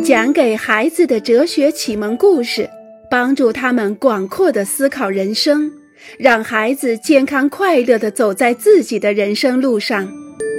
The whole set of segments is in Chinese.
讲给孩子的哲学启蒙故事，帮助他们广阔地思考人生，让孩子健康快乐地走在自己的人生路上。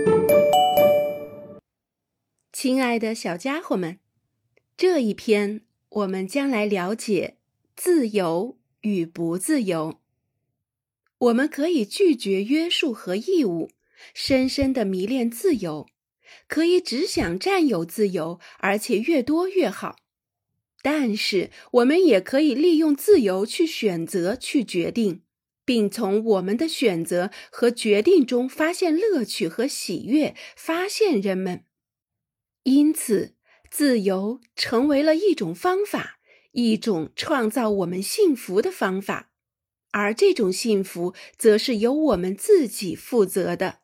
亲爱的小家伙们，这一篇我们将来了解自由与不自由。我们可以拒绝约束和义务，深深地迷恋自由，可以只想占有自由，而且越多越好。但是我们也可以利用自由去选择，去决定，并从我们的选择和决定中发现乐趣和喜悦，发现人们。因此，自由成为了一种方法，一种创造我们幸福的方法，而这种幸福则是由我们自己负责的。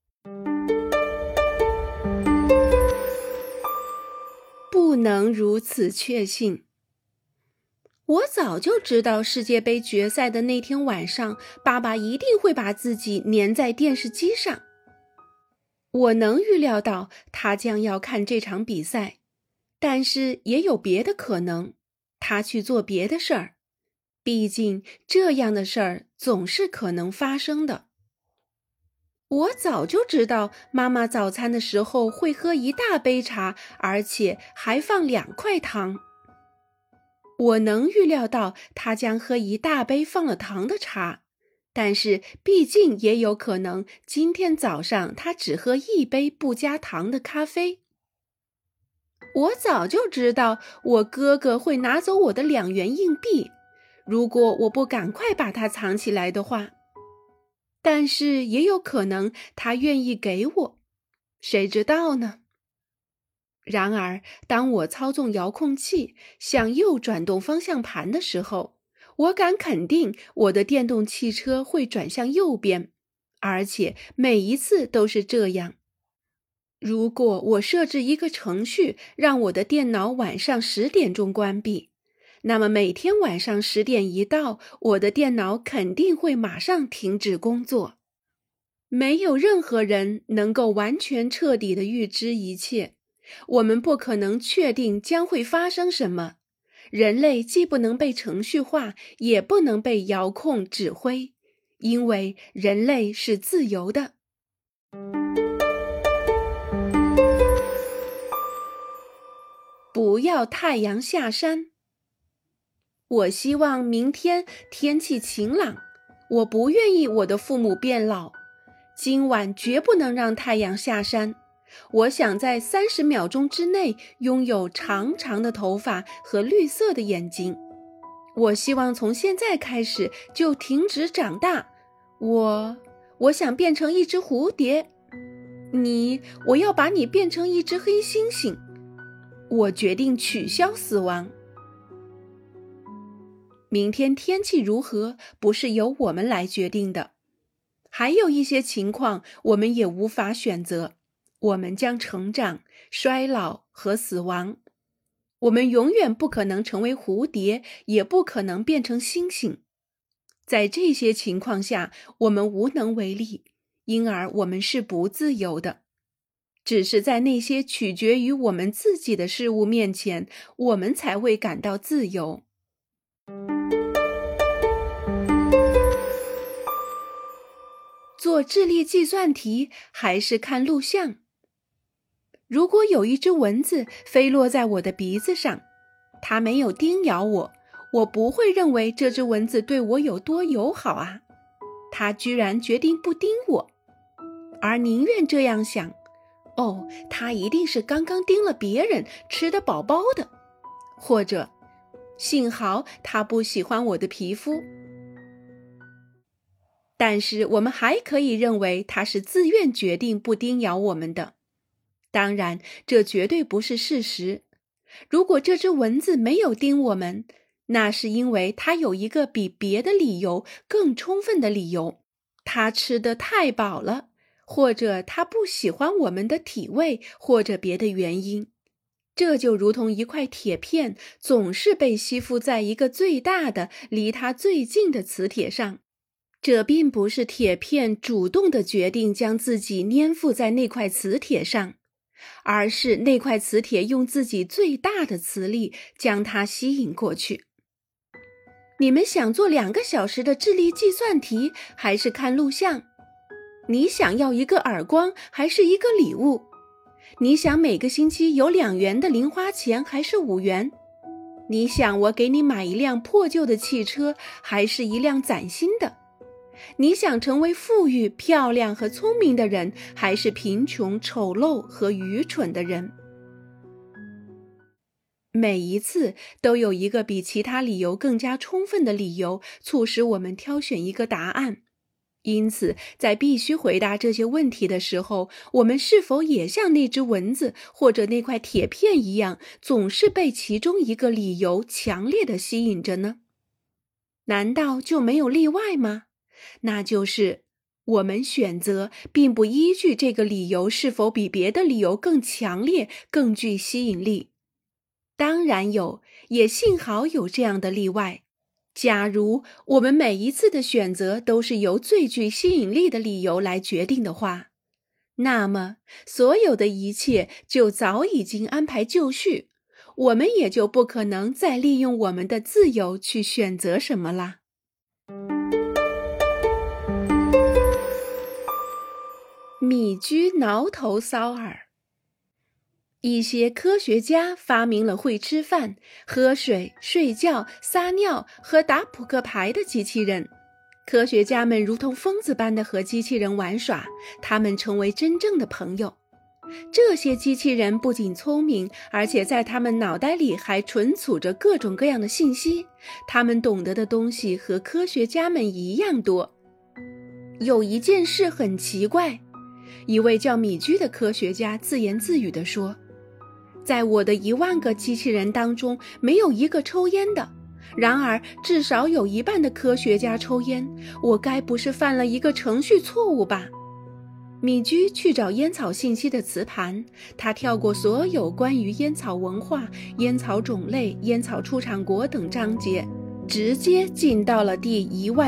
不能如此确信。我早就知道世界杯决赛的那天晚上，爸爸一定会把自己粘在电视机上。我能预料到他将要看这场比赛，但是也有别的可能，他去做别的事儿。毕竟这样的事儿总是可能发生的。我早就知道妈妈早餐的时候会喝一大杯茶，而且还放2块糖。我能预料到她将喝一大杯放了糖的茶，但是毕竟也有可能今天早上她只喝1杯不加糖的咖啡。我早就知道我哥哥会拿走我的2元硬币，如果我不赶快把它藏起来的话。但是也有可能他愿意给我，谁知道呢？然而，当我操纵遥控器向右转动方向盘的时候，我敢肯定我的电动汽车会转向右边，而且每一次都是这样。如果我设置一个程序，让我的电脑晚上10点钟关闭，那么每天晚上10点一到，我的电脑肯定会马上停止工作。没有任何人能够完全彻底地预知一切，我们不可能确定将会发生什么。人类既不能被程序化，也不能被遥控指挥，因为人类是自由的。不要太阳下山。我希望明天天气晴朗，我不愿意我的父母变老。今晚绝不能让太阳下山。我想在30秒钟之内拥有长长的头发和绿色的眼睛。我希望从现在开始就停止长大。我想变成一只蝴蝶。我要把你变成一只黑猩猩。我决定取消死亡。明天天气如何，不是由我们来决定的。还有一些情况我们也无法选择，我们将成长、衰老和死亡。我们永远不可能成为蝴蝶，也不可能变成猩猩。在这些情况下，我们无能为力，因而我们是不自由的。只是在那些取决于我们自己的事物面前，我们才会感到自由。做智力计算题还是看录像？如果有一只蚊子飞落在我的鼻子上，它没有叮咬我，我不会认为这只蚊子对我有多友好啊。它居然决定不叮我，而宁愿这样想，它一定是刚刚叮了别人，吃得饱饱的，或者幸好它不喜欢我的皮肤。但是我们还可以认为它是自愿决定不叮咬我们的。当然，这绝对不是事实。如果这只蚊子没有叮我们，那是因为它有一个比别的理由更充分的理由。它吃得太饱了，或者它不喜欢我们的体味，或者别的原因。这就如同一块铁片总是被吸附在一个最大的、离它最近的磁铁上。这并不是铁片主动地决定将自己粘附在那块磁铁上， 而是那块磁铁用自己最大的磁力将它吸引过去。你们想做2个小时的智力计算题，还是看录像？你想要一个耳光，还是一个礼物？你想每个星期有2元的零花钱，还是5元？你想我给你买一辆破旧的汽车，还是一辆崭新的？你想成为富裕、漂亮和聪明的人，还是贫穷、丑陋和愚蠢的人？每一次都有一个比其他理由更加充分的理由，促使我们挑选一个答案。因此，在必须回答这些问题的时候，我们是否也像那只蚊子或者那块铁片一样，总是被其中一个理由强烈地吸引着呢？难道就没有例外吗？那就是我们选择并不依据这个理由是否比别的理由更强烈、更具吸引力。当然有，也幸好有这样的例外。假如我们每一次的选择都是由最具吸引力的理由来决定的话，那么所有的一切就早已经安排就绪，我们也就不可能再利用我们的自由去选择什么啦。米居挠头搔耳。一些科学家发明了会吃饭、喝水、睡觉、撒尿和打扑克牌的机器人。科学家们如同疯子般地和机器人玩耍，他们成为真正的朋友。这些机器人不仅聪明，而且在他们脑袋里还存储着各种各样的信息，他们懂得的东西和科学家们一样多。有一件事很奇怪，一位叫米居的科学家自言自语地说，在我的10000个机器人当中，没有一个抽烟的。然而，至少有1半的科学家抽烟，我该不是犯了一个程序错误吧？米居去找烟草信息的磁盘，他跳过所有关于烟草文化、烟草种类、烟草出产国等章节，直接进到了第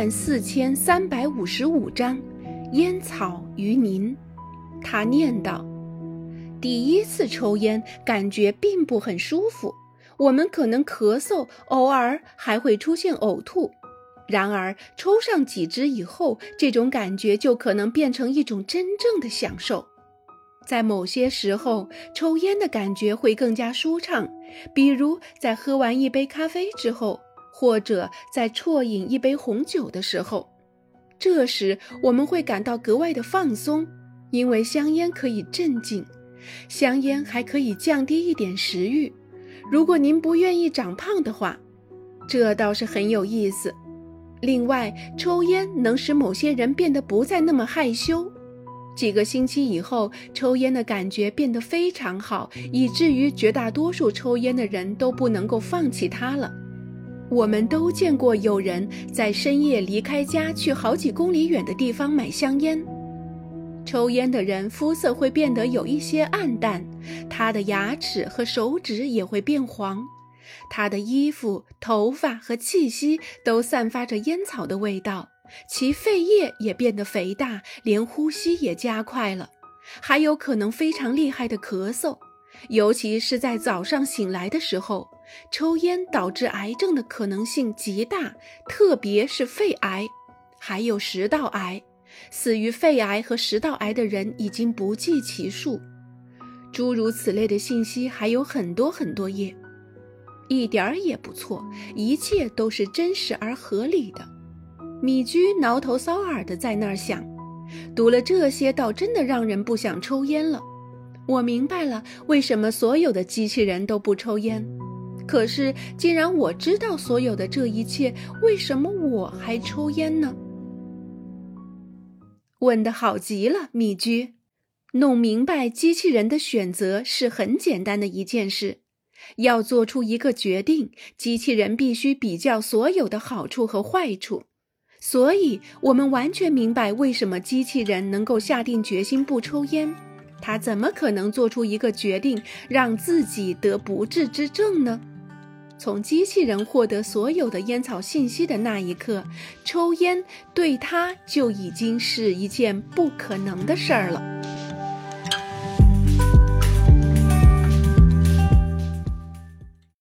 14355章“烟草与您”。他念道：第一次抽烟感觉并不很舒服，我们可能咳嗽，偶尔还会出现呕吐。然而抽上几支以后，这种感觉就可能变成一种真正的享受。在某些时候，抽烟的感觉会更加舒畅，比如在喝完一杯咖啡之后，或者在啜饮一杯红酒的时候。这时我们会感到格外的放松，因为香烟可以镇静，香烟还可以降低一点食欲。如果您不愿意长胖的话，这倒是很有意思。另外，抽烟能使某些人变得不再那么害羞。几个星期以后，抽烟的感觉变得非常好，以至于绝大多数抽烟的人都不能够放弃它了。我们都见过有人在深夜离开家去好几公里远的地方买香烟。抽烟的人肤色会变得有一些暗淡，他的牙齿和手指也会变黄，他的衣服、头发和气息都散发着烟草的味道，其肺叶也变得肥大，连呼吸也加快了，还有可能非常厉害的咳嗽，尤其是在早上醒来的时候。抽烟导致癌症的可能性极大，特别是肺癌，还有食道癌。死于肺癌和食道癌的人已经不计其数。诸如此类的信息还有很多很多页，一点儿也不错，一切都是真实而合理的。米居挠头搔耳地在那儿想，读了这些倒真的让人不想抽烟了。我明白了为什么所有的机器人都不抽烟。可是既然我知道所有的这一切，为什么我还抽烟呢？问得好极了，米居。弄明白机器人的选择是很简单的一件事。要做出一个决定，机器人必须比较所有的好处和坏处。所以我们完全明白为什么机器人能够下定决心不抽烟。它怎么可能做出一个决定，让自己得不治之症呢？从机器人获得所有的烟草信息的那一刻，抽烟对它就已经是一件不可能的事儿了。